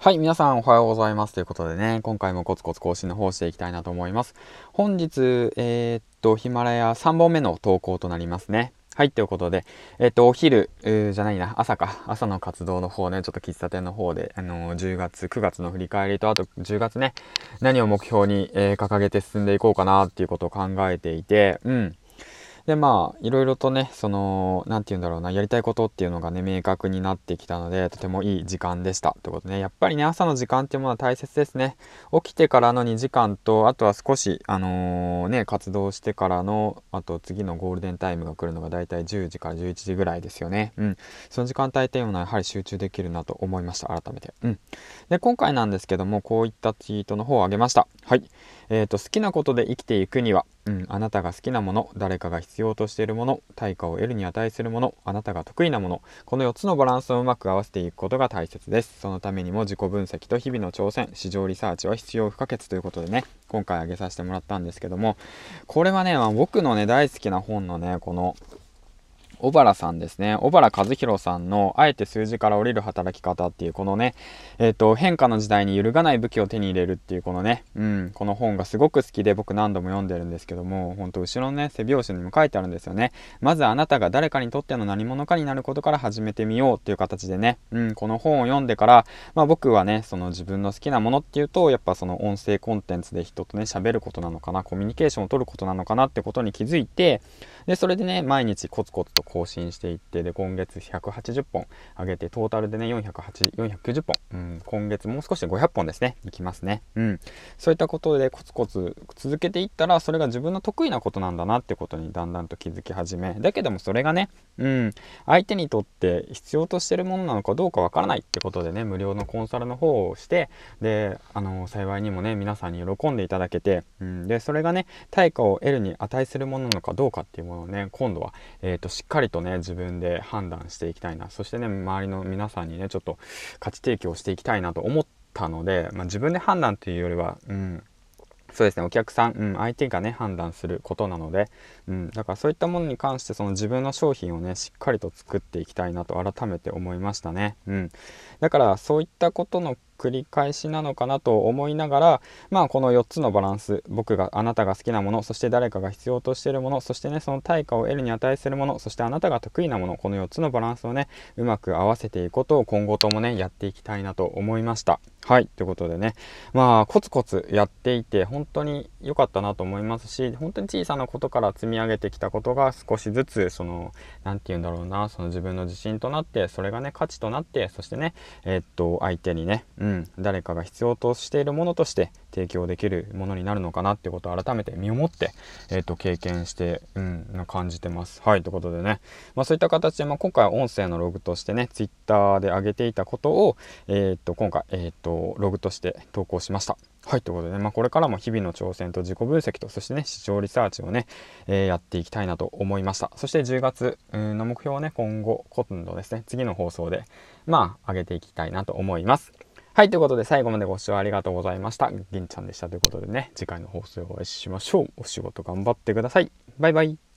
はい、皆さんおはようございます。ということでね、今回もコツコツ更新の方していきたいなと思います。本日、ヒマラヤ3本目の投稿となりますね。はい、ということで、お昼、じゃないな、朝の活動の方ね、ちょっと喫茶店の方で、10月、9月の振り返りと、あと10月ね、何を目標に、掲げて進んでいこうかなっていうことを考えていて、で、いろいろとね、なんて言うんだろうな、やりたいことっていうのがね、明確になってきたので、とてもいい時間でした。ということでね、やっぱりね、朝の時間っていうものは大切ですね。起きてからの2時間と、あとは少し、活動してからの、あと次のゴールデンタイムが来るのがだいたい10時から11時ぐらいですよね。その時間帯っていうのはやはり集中できるなと思いました。改めて。で、今回なんですけども、こういったツイートの方を上げました。はい。好きなことで生きていくには、あなたが好きなもの、誰かが必要としているもの、対価を得るに値するもの、あなたが得意なもの、この4つのバランスをうまく合わせていくことが大切です。そのためにも自己分析と日々の挑戦、市場リサーチは必要不可欠ということでね、今回挙げさせてもらったんですけども、これはね、僕のね、大好きな本のね、この小原さんですね。小原和弘さんの、あえて数字から降りる働き方っていう、このね、変化の時代に揺るがない武器を手に入れるっていうこのね、この本がすごく好きで僕何度も読んでるんですけども、ほんと後ろのね、背表紙にも書いてあるんですよね。まずあなたが誰かにとっての何者かになることから始めてみようっていう形でね、この本を読んでから、僕はね、その自分の好きなものっていうと、やっぱその音声コンテンツで人とね、喋ることなのかな、コミュニケーションを取ることなのかなってことに気づいて、で、それでね、毎日コツコツと更新していって、で、今月180本上げて、トータルでね、490本、今月もう少しで500本ですね、いきますね。そういったことでコツコツ続けていったら、それが自分の得意なことなんだなってことにだんだんと気づき始め、だけどもそれがね、相手にとって必要としてるものなのかどうかわからないってことでね、無料のコンサルの方をして、で、幸いにもね、皆さんに喜んでいただけて、で、それがね、対価を得るに値するものなのかどうかっていうものをね、今度は、しっかりとね、自分で判断していきたいな。そしてね、周りの皆さんにね、ちょっと価値提供していきたいなと思ったので、自分で判断っていうよりは、そうですね、お客さん、相手がね、判断することなので、だからそういったものに関して、その自分の商品をね、しっかりと作っていきたいなと改めて思いましたね。だからそういったことの繰り返しなのかなと思いながら、この4つのバランス、あなたが好きなもの、そして誰かが必要としているもの、そしてね、その対価を得るに値するもの、そしてあなたが得意なもの、この4つのバランスをね、うまく合わせていくことを今後ともね、やっていきたいなと思いました。はい、ということでね、コツコツやっていて、本当に良かったなと思いますし、本当に小さなことから積み上げてきたことが少しずつ、なんて言うんだろうな、その自分の自信となって、それがね、価値となって、そしてね、相手にね、誰かが必要としているものとして提供できるものになるのかなっていうことを改めて身をもって、経験して、感じてます。はい、ということでね、そういった形で、今回は音声のログとしてね、ツイッターで上げていたことを、今回、ログとして投稿しました。はい、ということでね、これからも日々の挑戦と自己分析と、そしてね、市場リサーチをね、やっていきたいなと思いました。そして10月の目標をね、今度ですね、次の放送で、上げていきたいなと思います。はい、ということで最後までご視聴ありがとうございました。銀ちゃんでしたということでね、次回の放送をお会いしましょう。お仕事頑張ってください。バイバイ。